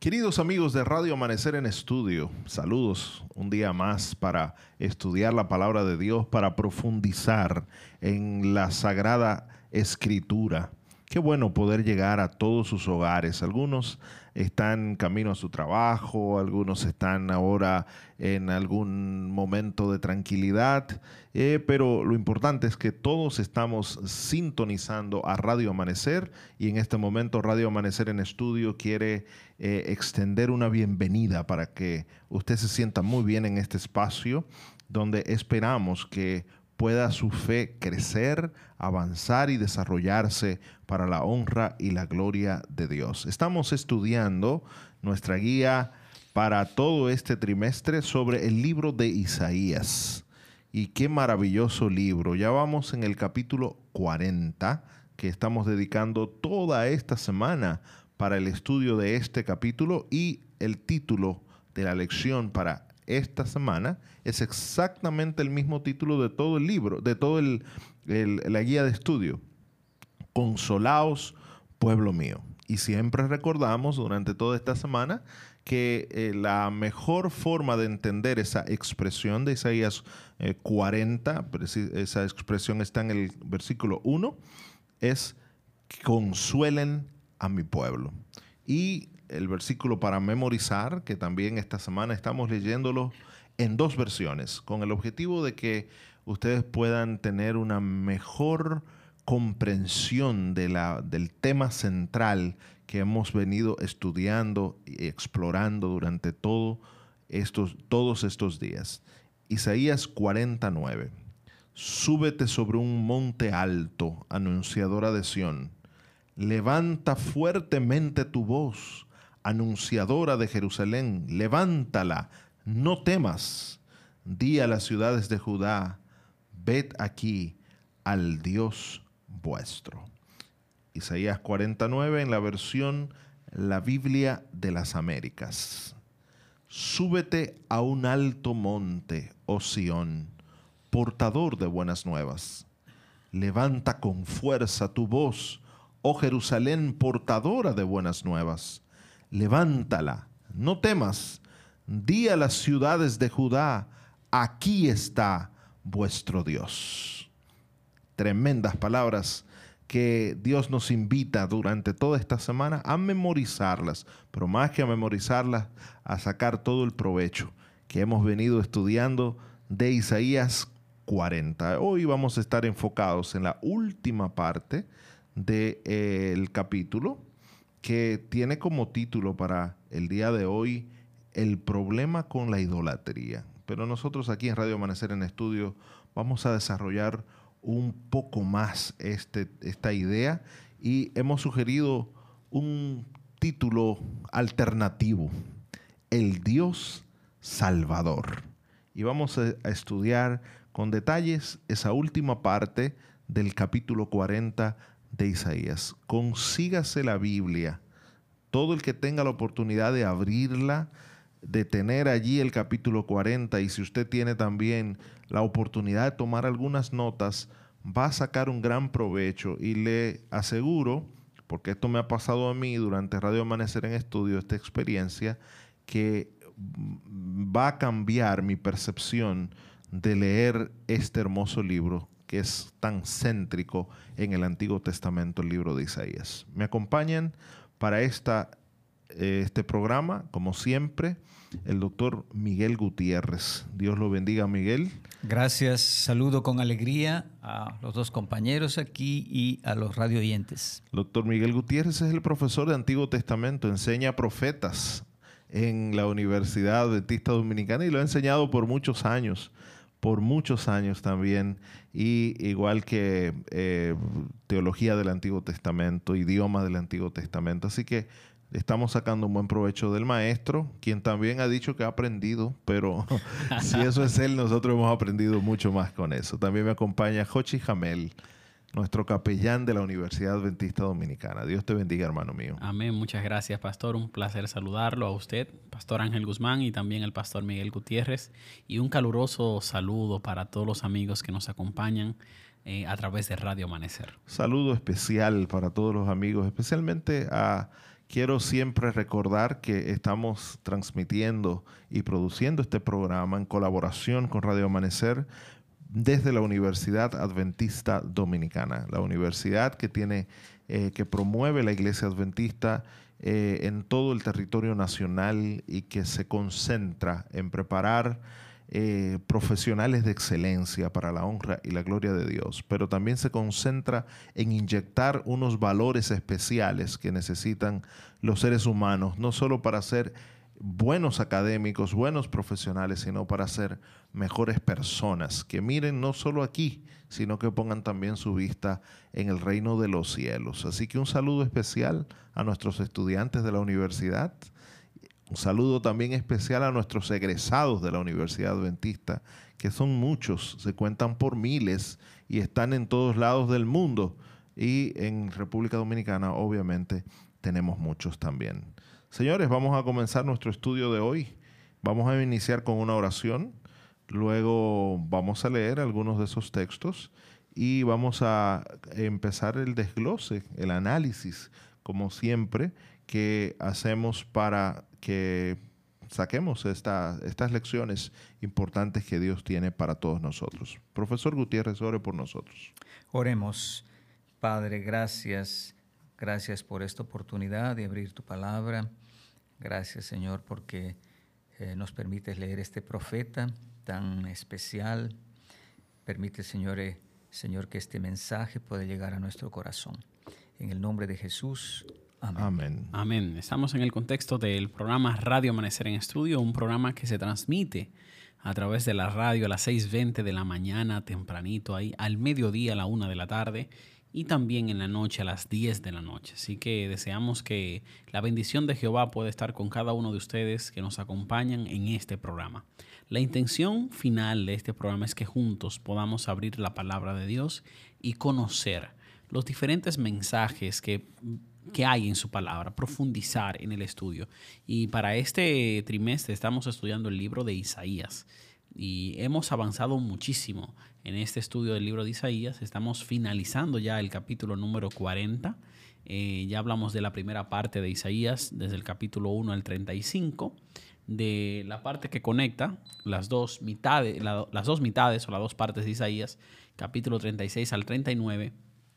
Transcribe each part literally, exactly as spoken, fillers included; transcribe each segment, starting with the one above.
Queridos amigos de Radio Amanecer en Estudio, saludos un día más para estudiar la palabra de Dios, para profundizar en la Sagrada Escritura. Qué bueno poder llegar a todos sus hogares. Algunos están camino a su trabajo, algunos están ahora en algún momento de tranquilidad, eh, pero lo importante es que todos estamos sintonizando a Radio Amanecer y en este momento Radio Amanecer en Estudio quiere eh, extender una bienvenida para que usted se sienta muy bien en este espacio donde esperamos que pueda su fe crecer, avanzar y desarrollarse para la honra y la gloria de Dios. Estamos estudiando nuestra guía para todo este trimestre sobre el libro de Isaías. Y qué maravilloso libro. Ya vamos en el capítulo cuarenta, que estamos dedicando toda esta semana para el estudio de este capítulo, y el título de la lección para esta semana es exactamente el mismo título de todo el libro, de todo el, el, la guía de estudio. Consolaos, pueblo mío. Y siempre recordamos durante toda esta semana que eh, la mejor forma de entender esa expresión de Isaías eh, cuarenta, esa expresión está en el versículo uno, es consuelen a mi pueblo. Y el versículo para memorizar, que también esta semana estamos leyéndolo en dos versiones, con el objetivo de que ustedes puedan tener una mejor comprensión de la, del tema central que hemos venido estudiando y explorando durante todo estos, todos estos días. Isaías cuarenta y nueve. Súbete sobre un monte alto, anunciadora de Sión. Levanta fuertemente tu voz, anunciadora de Jerusalén, levántala, no temas. Di a las ciudades de Judá, ved aquí al Dios vuestro. Isaías cuarenta y nueve en la versión La Biblia de las Américas. Súbete a un alto monte, oh Sión, portador de buenas nuevas. Levanta con fuerza tu voz, oh Jerusalén, portadora de buenas nuevas. Levántala, no temas. Di a las ciudades de Judá, aquí está vuestro Dios. Tremendas palabras que Dios nos invita durante toda esta semana a memorizarlas, pero más que a memorizarlas, a sacar todo el provecho que hemos venido estudiando de Isaías cuarenta. Hoy vamos a estar enfocados en la última parte del eh, capítulo, que tiene como título para el día de hoy el problema con la idolatría. Pero nosotros aquí en Radio Amanecer en Estudio vamos a desarrollar un poco más este, esta idea y hemos sugerido un título alternativo: El Dios Salvador. Y vamos a, a estudiar con detalles esa última parte del capítulo cuarenta de Isaías. Consígase la Biblia. Todo el que tenga la oportunidad de abrirla, de tener allí el capítulo cuarenta, y si usted tiene también la oportunidad de tomar algunas notas, va a sacar un gran provecho. Y le aseguro, porque esto me ha pasado a mí durante Radio Amanecer en Estudio, esta experiencia, que va a cambiar mi percepción de leer este hermoso libro que es tan céntrico en el Antiguo Testamento, el libro de Isaías. Me acompañan para esta, eh, este programa, como siempre, el doctor Miguel Gutiérrez. Dios lo bendiga, Miguel. Gracias. Saludo con alegría a los dos compañeros aquí y a los radio oyentes. Doctor Miguel Gutiérrez es el profesor de Antiguo Testamento, enseña profetas en la Universidad Adventista Dominicana y lo ha enseñado por muchos años. por muchos años también, y igual que eh, teología del Antiguo Testamento, idioma del Antiguo Testamento. Así que estamos sacando un buen provecho del maestro, quien también ha dicho que ha aprendido, pero si eso es él, nosotros hemos aprendido mucho más con eso. También me acompaña Jochi Jamel, nuestro capellán de la Universidad Adventista Dominicana. Dios te bendiga, hermano mío. Amén. Muchas gracias, pastor. Un placer saludarlo a usted, pastor Ángel Guzmán, y también al pastor Miguel Gutiérrez. Y un caluroso saludo para todos los amigos que nos acompañan eh, a través de Radio Amanecer. Saludo especial para todos los amigos, especialmente a quiero siempre recordar que estamos transmitiendo y produciendo este programa en colaboración con Radio Amanecer desde la Universidad Adventista Dominicana, la universidad que tiene, eh, que promueve la Iglesia Adventista eh, en todo el territorio nacional y que se concentra en preparar eh, profesionales de excelencia para la honra y la gloria de Dios, pero también se concentra en inyectar unos valores especiales que necesitan los seres humanos, no solo para ser buenos académicos, buenos profesionales, sino para ser mejores personas, que miren no solo aquí, sino que pongan también su vista en el reino de los cielos. Así que un saludo especial a nuestros estudiantes de la universidad, un saludo también especial a nuestros egresados de la Universidad Adventista, que son muchos, se cuentan por miles y están en todos lados del mundo. Y en República Dominicana, obviamente, tenemos muchos también. Señores, vamos a comenzar nuestro estudio de hoy. Vamos a iniciar con una oración, luego vamos a leer algunos de esos textos y vamos a empezar el desglose, el análisis, como siempre, que hacemos para que saquemos esta, estas lecciones importantes que Dios tiene para todos nosotros. Profesor Gutiérrez, ore por nosotros. Oremos. Padre, gracias. Gracias por esta oportunidad de abrir tu palabra. Gracias, Señor, porque eh, nos permites leer este profeta tan especial. Permite, Señor, eh, Señor, que este mensaje pueda llegar a nuestro corazón. En el nombre de Jesús. Amén. Amén. Amén. Estamos en el contexto del programa Radio Amanecer en Estudio, un programa que se transmite a través de la radio a las seis veinte de la mañana, tempranito, ahí al mediodía, a la una de la tarde, y también en la noche a las diez de la noche. Así que deseamos que la bendición de Jehová pueda estar con cada uno de ustedes que nos acompañan en este programa. La intención final de este programa es que juntos podamos abrir la palabra de Dios y conocer los diferentes mensajes que, que hay en su palabra, profundizar en el estudio. Y para este trimestre estamos estudiando el libro de Isaías y hemos avanzado muchísimo en este estudio del libro de Isaías. Estamos finalizando ya el capítulo número cuarenta. Eh, ya hablamos de la primera parte de Isaías, desde el capítulo uno al treinta y cinco, de la parte que conecta las dos mitades, la, las dos mitades o las dos partes de Isaías, capítulo treinta y seis al treinta y nueve.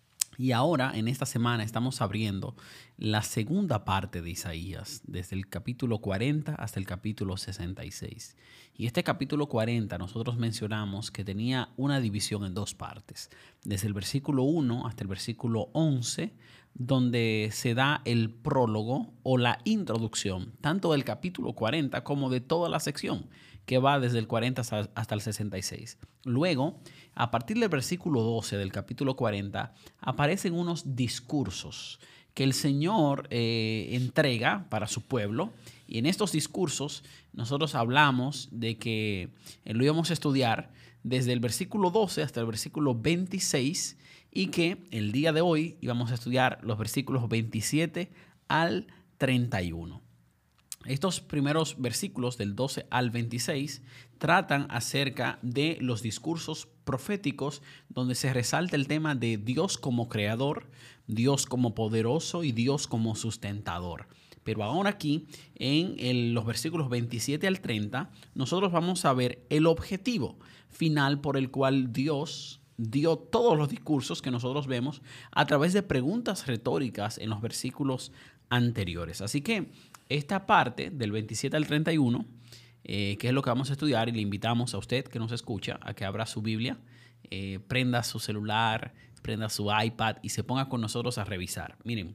Y ahora, en esta semana, estamos abriendo la segunda parte de Isaías, desde el capítulo cuarenta hasta el capítulo sesenta y seis. Y este capítulo cuarenta nosotros mencionamos que tenía una división en dos partes, desde el versículo uno hasta el versículo once, donde se da el prólogo o la introducción, tanto del capítulo cuarenta como de toda la sección, que va desde el cuarenta hasta el sesenta y seis. Luego, a partir del versículo doce del capítulo cuarenta, aparecen unos discursos que el Señor eh, entrega para su pueblo. Y en estos discursos nosotros hablamos de que eh, lo íbamos a estudiar desde el versículo doce hasta el versículo veintiséis y que el día de hoy íbamos a estudiar los versículos veintisiete al treinta y uno. Estos primeros versículos del doce al veintiséis tratan acerca de los discursos proféticos donde se resalta el tema de Dios como creador, Dios como poderoso y Dios como sustentador. Pero ahora aquí, en el, los versículos veintisiete al treinta, nosotros vamos a ver el objetivo final por el cual Dios dio todos los discursos que nosotros vemos a través de preguntas retóricas en los versículos anteriores. Así que esta parte del veintisiete al treinta y uno, eh, que es lo que vamos a estudiar, y le invitamos a usted que nos escucha a que abra su Biblia, eh, prenda su celular, prenda su iPad y se ponga con nosotros a revisar. Miren,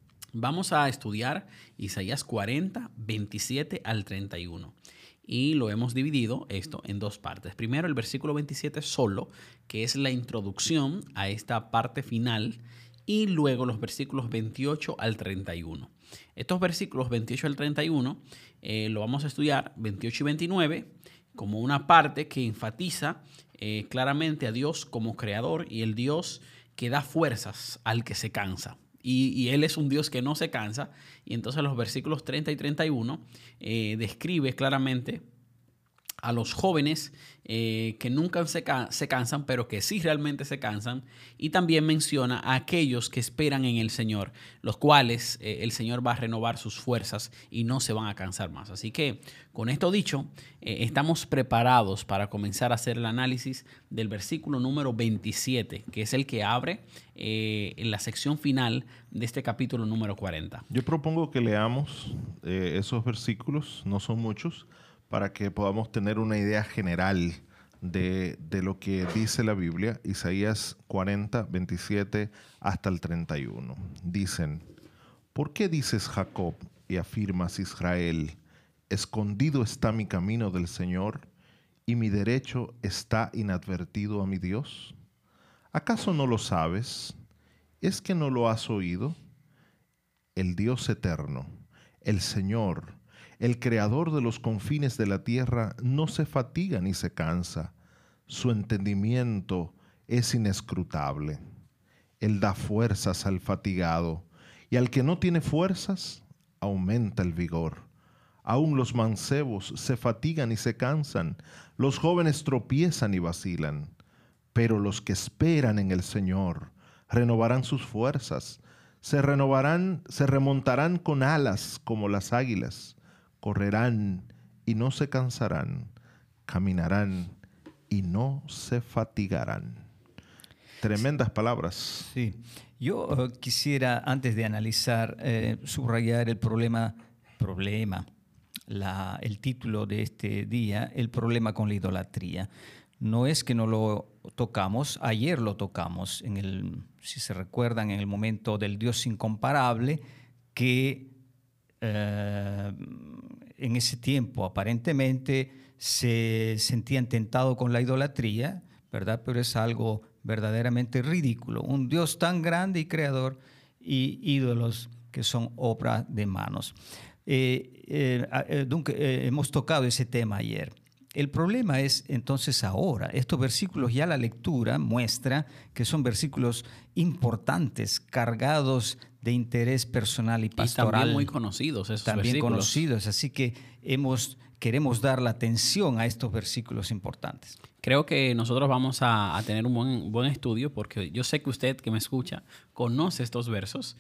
vamos a estudiar Isaías cuarenta, veintisiete al treinta y uno. Y lo hemos dividido esto en dos partes. Primero el versículo veintisiete solo, que es la introducción a esta parte final, y luego los versículos veintiocho al treinta y uno. Estos versículos veintiocho al treinta y uno eh, lo vamos a estudiar veintiocho y veintinueve como una parte que enfatiza eh, claramente a Dios como creador y el Dios que da fuerzas al que se cansa. Y, y Él es un Dios que no se cansa. Y entonces los versículos treinta y treinta y uno eh, describe claramente a los jóvenes eh, que nunca se, ca se cansan, pero que sí realmente se cansan. Y también menciona a aquellos que esperan en el Señor, los cuales eh, el Señor va a renovar sus fuerzas y no se van a cansar más. Así que, con esto dicho, eh, estamos preparados para comenzar a hacer el análisis del versículo número veintisiete, que es el que abre eh, en la sección final de este capítulo número cuarenta. Yo propongo que leamos eh, esos versículos, no son muchos, para que podamos tener una idea general de, de lo que dice la Biblia. Isaías cuarenta, veintisiete hasta el treinta y uno. Dicen: ¿por qué dices Jacob y afirmas Israel? Escondido está mi camino del Señor, y mi derecho está inadvertido a mi Dios. ¿Acaso no lo sabes? ¿Es que no lo has oído? El Dios eterno, el Señor, el creador de los confines de la tierra, no se fatiga ni se cansa. Su entendimiento es inescrutable. Él da fuerzas al fatigado, y al que no tiene fuerzas, aumenta el vigor. Aún los mancebos se fatigan y se cansan, los jóvenes tropiezan y vacilan. Pero los que esperan en el Señor renovarán sus fuerzas, se renovarán, se remontarán con alas como las águilas. Correrán y no se cansarán, caminarán y no se fatigarán. Tremendas palabras. Sí, yo uh, quisiera, antes de analizar, eh, subrayar el problema, problema la, el título de este día, el problema con la idolatría. No es que no lo tocamos, ayer lo tocamos, en el, si se recuerdan, en el momento del Dios incomparable, que Uh, en ese tiempo aparentemente se sentían tentados con la idolatría, ¿verdad? Pero es algo verdaderamente ridículo. Un Dios tan grande y creador y ídolos que son obra de manos. Eh, eh, eh, donc, eh, hemos tocado ese tema ayer. El problema es entonces ahora, estos versículos, ya la lectura muestra que son versículos importantes, cargados de interés personal y pastoral. Y también muy conocidos esos también versículos. conocidos, así que hemos, queremos dar la atención a estos versículos importantes. Creo que nosotros vamos a, a tener un buen, buen estudio, porque yo sé que usted que me escucha conoce estos versos.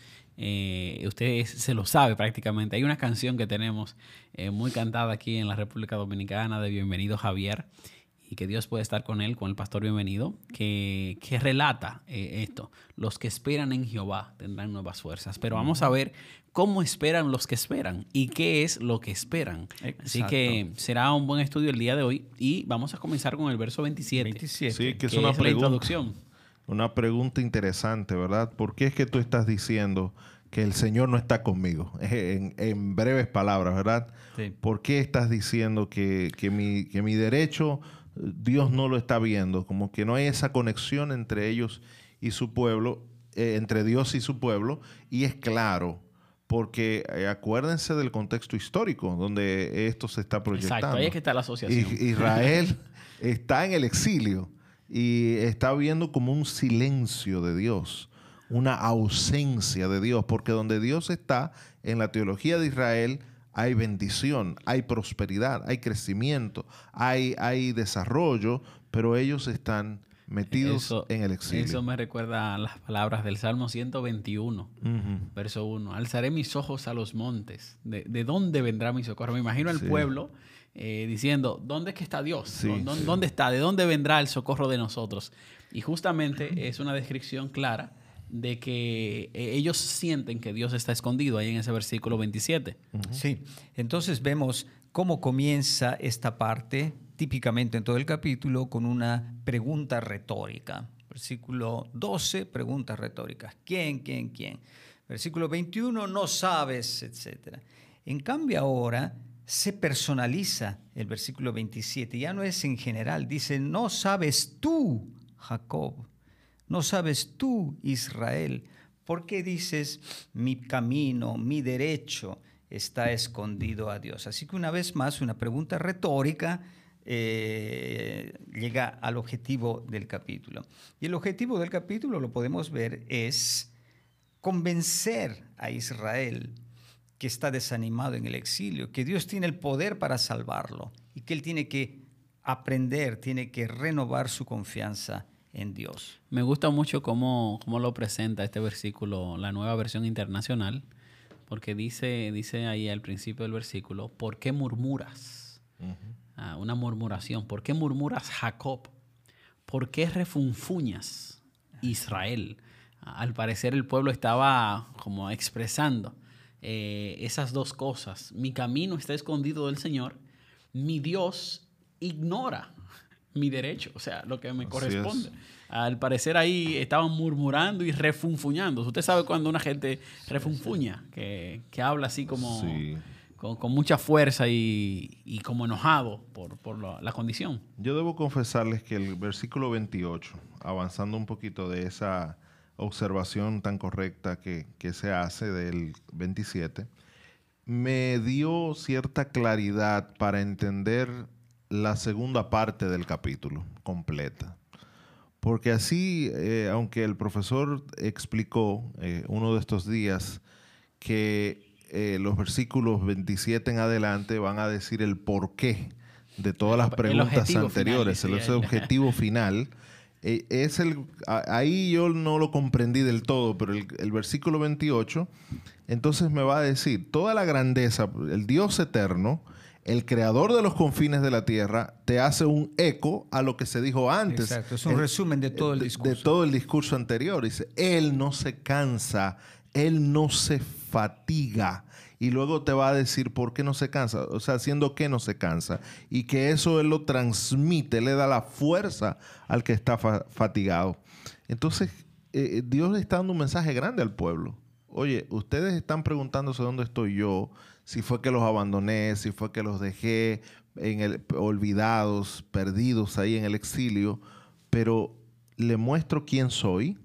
Eh, usted se lo sabe prácticamente. Hay una canción que tenemos eh, muy cantada aquí en la República Dominicana de Bienvenido Javier, y que Dios puede estar con él, con el pastor Bienvenido, que, que relata eh, esto. Los que esperan en Jehová tendrán nuevas fuerzas. Pero vamos a ver cómo esperan los que esperan y qué es lo que esperan. Exacto. Así que será un buen estudio el día de hoy, y vamos a comenzar con el verso veintisiete. veintisiete. Sí, que es que una es la pregunta, introducción. una pregunta interesante, ¿verdad? ¿Por qué es que tú estás diciendo que el Señor no está conmigo? En, en breves palabras, ¿verdad? Sí. ¿Por qué estás diciendo que, que, mi, que mi derecho Dios no lo está viendo? Como que no hay esa conexión entre ellos y su pueblo, eh, entre Dios y su pueblo, y es claro, porque eh, acuérdense del contexto histórico donde esto se está proyectando. Exacto, ahí es que está la asociación. I- Israel está en el exilio y está viendo como un silencio de Dios, una ausencia de Dios, porque donde Dios está, en la teología de Israel, hay bendición, hay prosperidad, hay crecimiento, hay, hay desarrollo, pero ellos están metidos Eso, en el exilio. eso me recuerda a las palabras del Salmo ciento veintiuno, Ujú. verso uno. Alzaré mis ojos a los montes. ¿De, de dónde vendrá mi socorro? Me imagino al Sí. pueblo eh, diciendo, ¿dónde es que está Dios? Sí, ¿Dónde, sí. ¿Dónde está? ¿De dónde vendrá el socorro de nosotros? Y justamente es una descripción clara de que eh, ellos sienten que Dios está escondido ahí en ese versículo veintisiete. Sí, entonces vemos cómo comienza esta parte, típicamente en todo el capítulo, con una pregunta retórica. Versículo doce, preguntas retóricas. ¿Quién, quién, quién? Versículo veintiuno, no sabes, etcétera. En cambio ahora se personaliza el versículo veintisiete. Ya no es en general. Dice, no sabes tú, Jacob. No sabes tú, Israel. ¿Por qué dices, mi camino, mi derecho está escondido a Dios? Así que una vez más, una pregunta retórica eh, llega al objetivo del capítulo. Y el objetivo del capítulo, lo podemos ver, es convencer a Israel que está desanimado en el exilio, que Dios tiene el poder para salvarlo y que Él tiene que aprender, tiene que renovar su confianza en Dios. Me gusta mucho cómo, cómo lo presenta este versículo, la Nueva Versión Internacional, porque dice, dice ahí al principio del versículo, ¿por qué murmuras? Uh-huh. Ah, una murmuración. ¿Por qué murmuras, Jacob? ¿Por qué refunfuñas, Israel? Ah, al parecer el pueblo estaba como expresando eh, esas dos cosas. Mi camino está escondido del Señor, mi Dios ignora mi derecho, o sea, lo que me Así corresponde. Es. Al parecer ahí estaban murmurando y refunfuñando. Usted sabe cuando una gente refunfuña, que, que habla así como sí. con, con mucha fuerza y, y como enojado por, por la, la condición. Yo debo confesarles que el versículo veintiocho, avanzando un poquito de esa observación tan correcta que, que se hace del veintisiete, me dio cierta claridad para entender la segunda parte del capítulo completa. Porque así, eh, aunque el profesor explicó eh, uno de estos días que eh, los versículos veintisiete en adelante van a decir el porqué de todas las preguntas anteriores, final, el, el objetivo final, eh, es el, a, ahí yo no lo comprendí del todo, pero el, el versículo veintiocho, entonces me va a decir toda la grandeza, el Dios eterno, el creador de los confines de la tierra, te hace un eco a lo que se dijo antes. Exacto, es un el, resumen de todo el discurso. De, de todo el discurso anterior. Dice, Él no se cansa, Él no se fatiga. Y luego te va a decir por qué no se cansa. O sea, haciendo que no se cansa. Y que eso Él lo transmite, le da la fuerza al que está fa- fatigado. Entonces, eh, Dios le está dando un mensaje grande al pueblo. Oye, ustedes están preguntándose dónde estoy yo, si fue que los abandoné, si fue que los dejé en el, olvidados, perdidos ahí en el exilio, pero le muestro quién soy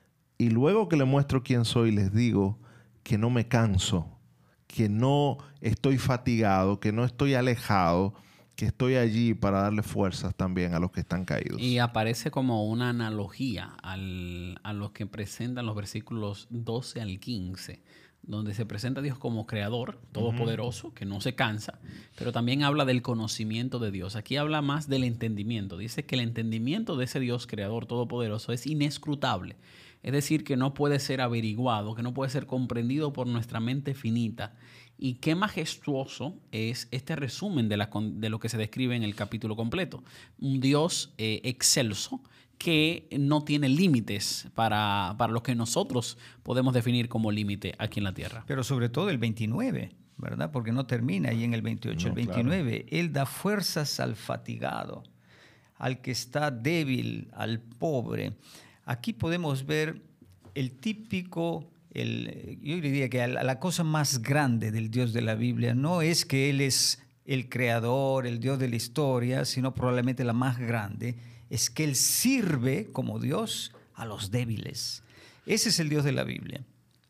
y luego que le muestro quién soy les digo que no me canso, que no estoy fatigado, que no estoy alejado, que estoy allí para darle fuerzas también a los que están caídos. Y aparece como una analogía al, a los que presentan los versículos doce al quince, donde se presenta a Dios como creador, todopoderoso, uh-huh. que no se cansa, pero también habla del conocimiento de Dios. Aquí habla más del entendimiento. Dice que el entendimiento de ese Dios creador todopoderoso es inescrutable. Es decir, que no puede ser averiguado, que no puede ser comprendido por nuestra mente finita. Y qué majestuoso es este resumen de, la, de lo que se describe en el capítulo completo. Un Dios eh, excelso, que no tiene límites para, para lo que nosotros podemos definir como límite aquí en la tierra. Pero sobre todo el veintinueve, ¿verdad? Porque no termina ahí en el veintiocho. No, el veintinueve, claro. Él da fuerzas al fatigado, al que está débil, al pobre. Aquí podemos ver el típico, el, yo diría que la cosa más grande del Dios de la Biblia no es que Él es el creador, el Dios de la historia, sino probablemente la más grande, es que Él sirve como Dios a los débiles. Ese es el Dios de la Biblia.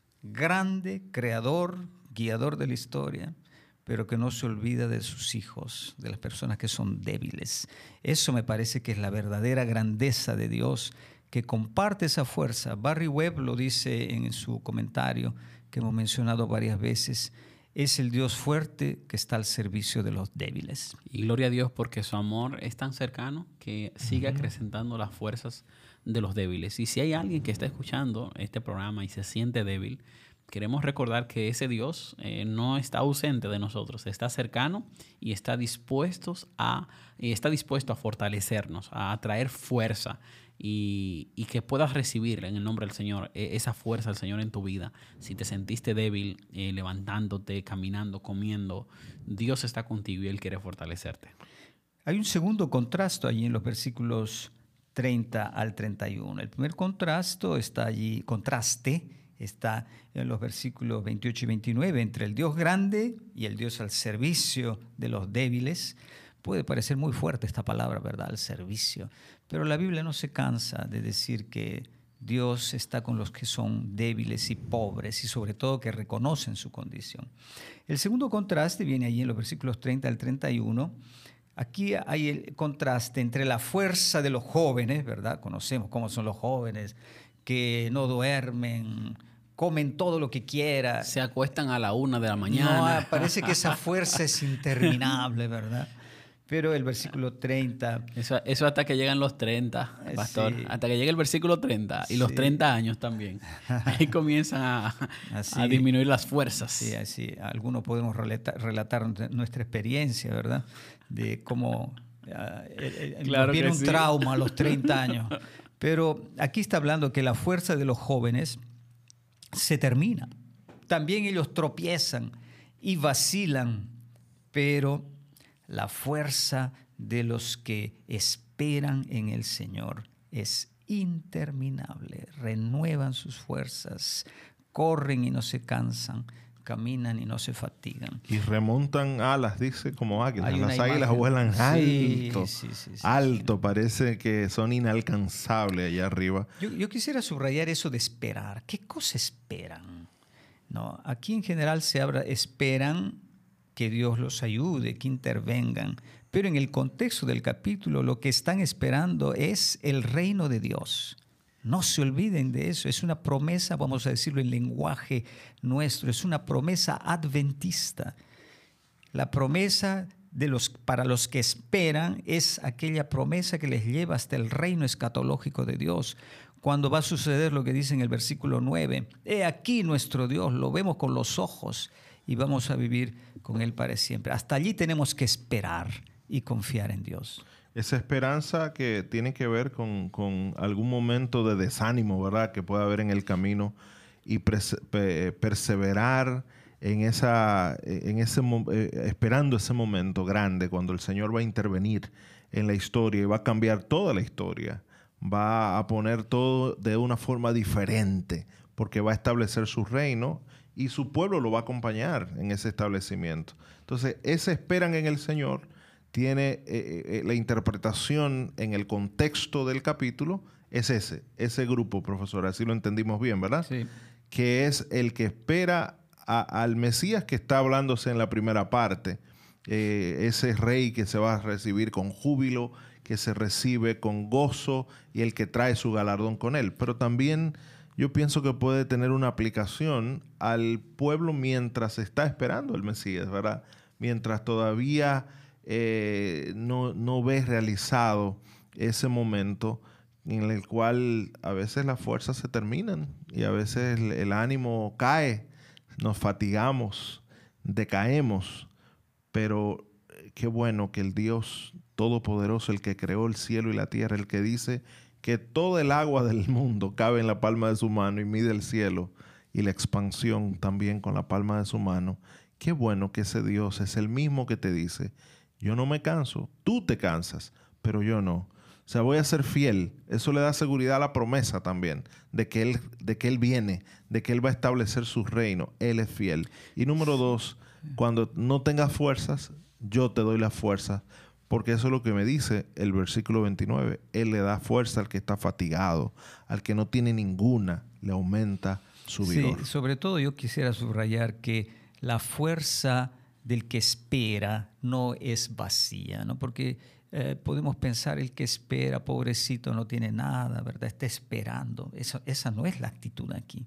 Grande, creador, guiador de la historia, pero que no se olvida de sus hijos, de las personas que son débiles. Eso me parece que es la verdadera grandeza de Dios, que comparte esa fuerza. Barry Webb lo dice en su comentario, que hemos mencionado varias veces, es el Dios fuerte que está al servicio de los débiles. Y gloria a Dios porque su amor es tan cercano que sigue uh-huh. acrecentando las fuerzas de los débiles. Y si hay alguien que está escuchando este programa y se siente débil, queremos recordar que ese Dios eh, no está ausente de nosotros, está cercano y está dispuesto a, y está dispuesto a fortalecernos, a traer fuerza. Y, y que puedas recibir en el nombre del Señor esa fuerza del Señor en tu vida. Si te sentiste débil, eh, levantándote, caminando, comiendo, Dios está contigo y Él quiere fortalecerte. Hay un segundo contraste allí en los versículos treinta al treinta y uno. El primer contraste está allí, contraste está en los versículos veintiocho y veintinueve entre el Dios grande y el Dios al servicio de los débiles. Puede parecer muy fuerte esta palabra, ¿verdad? Al servicio. Pero la Biblia no se cansa de decir que Dios está con los que son débiles y pobres y sobre todo que reconocen su condición. El segundo contraste viene allí en los versículos treinta al treinta y uno. Aquí hay el contraste entre la fuerza de los jóvenes, ¿verdad? Conocemos cómo son los jóvenes, que no duermen, comen todo lo que quieran. Se acuestan a la una de la mañana. No, parece que esa fuerza es interminable, ¿verdad? Pero el versículo treinta... Eso, eso hasta que llegan los treinta, pastor. Sí. Hasta que llegue el versículo treinta y sí. los treinta años también. Ahí comienzan a, a disminuir las fuerzas. Sí, así. Algunos podemos relatar, relatar nuestra experiencia, ¿verdad? De cómo uh, claro nos viene un sí. trauma a los treinta años. Pero aquí está hablando que la fuerza de los jóvenes se termina. También ellos tropiezan y vacilan, pero la fuerza de los que esperan en el Señor es interminable. Renuevan sus fuerzas, corren y no se cansan, caminan y no se fatigan. Y remontan alas, dice, como águilas. Las águilas vuelan sí, alto, sí, sí, sí, alto. Sí. Parece que son inalcanzables allá arriba. Yo, yo quisiera subrayar eso de esperar. ¿Qué cosa esperan? No, aquí en general se habla, esperan que Dios los ayude, que intervengan. Pero en el contexto del capítulo lo que están esperando es el reino de Dios. No se olviden de eso. Es una promesa, vamos a decirlo en lenguaje nuestro, es una promesa adventista. La promesa de los, para los que esperan es aquella promesa que les lleva hasta el reino escatológico de Dios. Cuando va a suceder lo que dice en el versículo nueve, he aquí nuestro Dios, lo vemos con los ojos y vamos a vivir con Él para siempre. Hasta allí tenemos que esperar y confiar en Dios. Esa esperanza que tiene que ver con, con algún momento de desánimo, ¿verdad?, que pueda haber en el camino y perse pe perseverar en esa, en ese, eh, esperando ese momento grande cuando el Señor va a intervenir en la historia y va a cambiar toda la historia. Va a poner todo de una forma diferente porque va a establecer su reino y su pueblo lo va a acompañar en ese establecimiento. Entonces, ese esperan en el Señor tiene eh, eh, la interpretación en el contexto del capítulo, es ese, ese grupo, profesor, así lo entendimos bien, ¿verdad? Sí. Que es el que espera a, al Mesías que está hablándose en la primera parte, eh, ese rey que se va a recibir con júbilo, que se recibe con gozo y el que trae su galardón con él. Pero también yo pienso que puede tener una aplicación al pueblo mientras está esperando el Mesías, ¿verdad? Mientras todavía eh, no, no ves realizado ese momento en el cual a veces las fuerzas se terminan y a veces el, el ánimo cae, nos fatigamos, decaemos, pero qué bueno que el Dios Todopoderoso, el que creó el cielo y la tierra, el que dice que todo el agua del mundo cabe en la palma de su mano y mide el cielo y la expansión también con la palma de su mano. Qué bueno que ese Dios es el mismo que te dice, yo no me canso, tú te cansas, pero yo no. O sea, voy a ser fiel. Eso le da seguridad a la promesa también, de que Él, de que Él viene, de que Él va a establecer su reino. Él es fiel. Y número dos, cuando no tengas fuerzas, yo te doy las fuerzas, porque eso es lo que me dice el versículo veintinueve. Él le da fuerza al que está fatigado, al que no tiene ninguna, le aumenta su vigor. Sí, sobre todo yo quisiera subrayar que la fuerza del que espera no es vacía, ¿no? Porque eh, podemos pensar el que espera, pobrecito, no tiene nada, ¿verdad? Está esperando. Eso, esa no es la actitud aquí.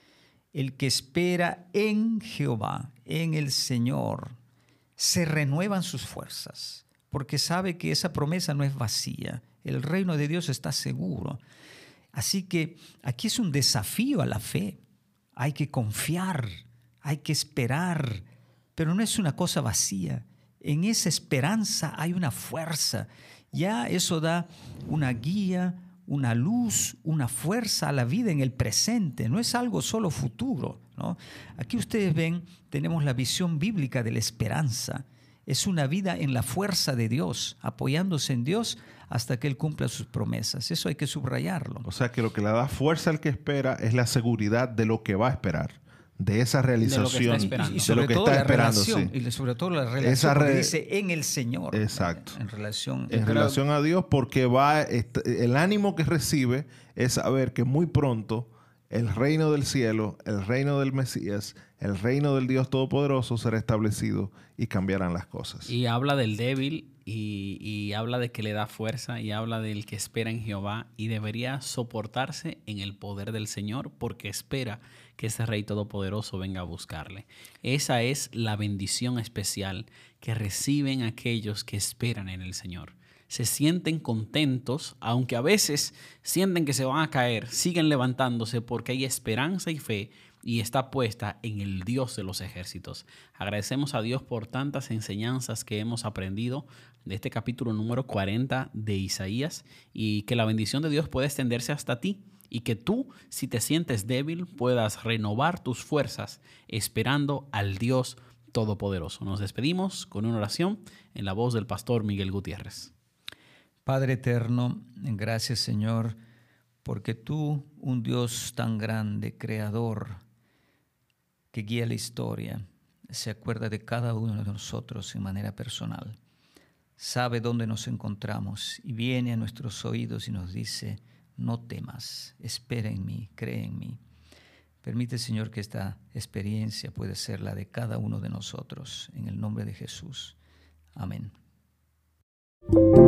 El que espera en Jehová, en el Señor, se renuevan sus fuerzas, porque sabe que esa promesa no es vacía. El reino de Dios está seguro. Así que aquí es un desafío a la fe. Hay que confiar, hay que esperar, pero no es una cosa vacía. En esa esperanza hay una fuerza. Ya eso da una guía, una luz, una fuerza a la vida en el presente. No es algo solo futuro, ¿no? Aquí ustedes ven, tenemos la visión bíblica de la esperanza. Es una vida en la fuerza de Dios, apoyándose en Dios hasta que Él cumpla sus promesas. Eso hay que subrayarlo. O sea que lo que le da fuerza al que espera es la seguridad de lo que va a esperar, de esa realización, de lo que está esperando, y, y sobre de lo que todo está la esperando, relación, sí. Y sobre todo la relación esa re... dice en el Señor. Exacto. En relación, en relación a Dios, porque va el ánimo que recibe es saber que muy pronto el reino del cielo, el reino del Mesías, el reino del Dios Todopoderoso será establecido y cambiarán las cosas. Y habla del débil y, y habla de que le da fuerza y habla del que espera en Jehová y debería soportarse en el poder del Señor porque espera que ese Rey Todopoderoso venga a buscarle. Esa es la bendición especial que reciben aquellos que esperan en el Señor. Se sienten contentos, aunque a veces sienten que se van a caer, siguen levantándose porque hay esperanza y fe y está puesta en el Dios de los ejércitos. Agradecemos a Dios por tantas enseñanzas que hemos aprendido de este capítulo número cuarenta de Isaías y que la bendición de Dios pueda extenderse hasta ti y que tú, si te sientes débil, puedas renovar tus fuerzas esperando al Dios Todopoderoso. Nos despedimos con una oración en la voz del pastor Miguel Gutiérrez. Padre eterno, gracias Señor, porque tú, un Dios tan grande, creador, que guía la historia, se acuerda de cada uno de nosotros en manera personal. Sabe dónde nos encontramos y viene a nuestros oídos y nos dice, no temas, espera en mí, cree en mí. Permite, Señor, que esta experiencia pueda ser la de cada uno de nosotros. En el nombre de Jesús. Amén.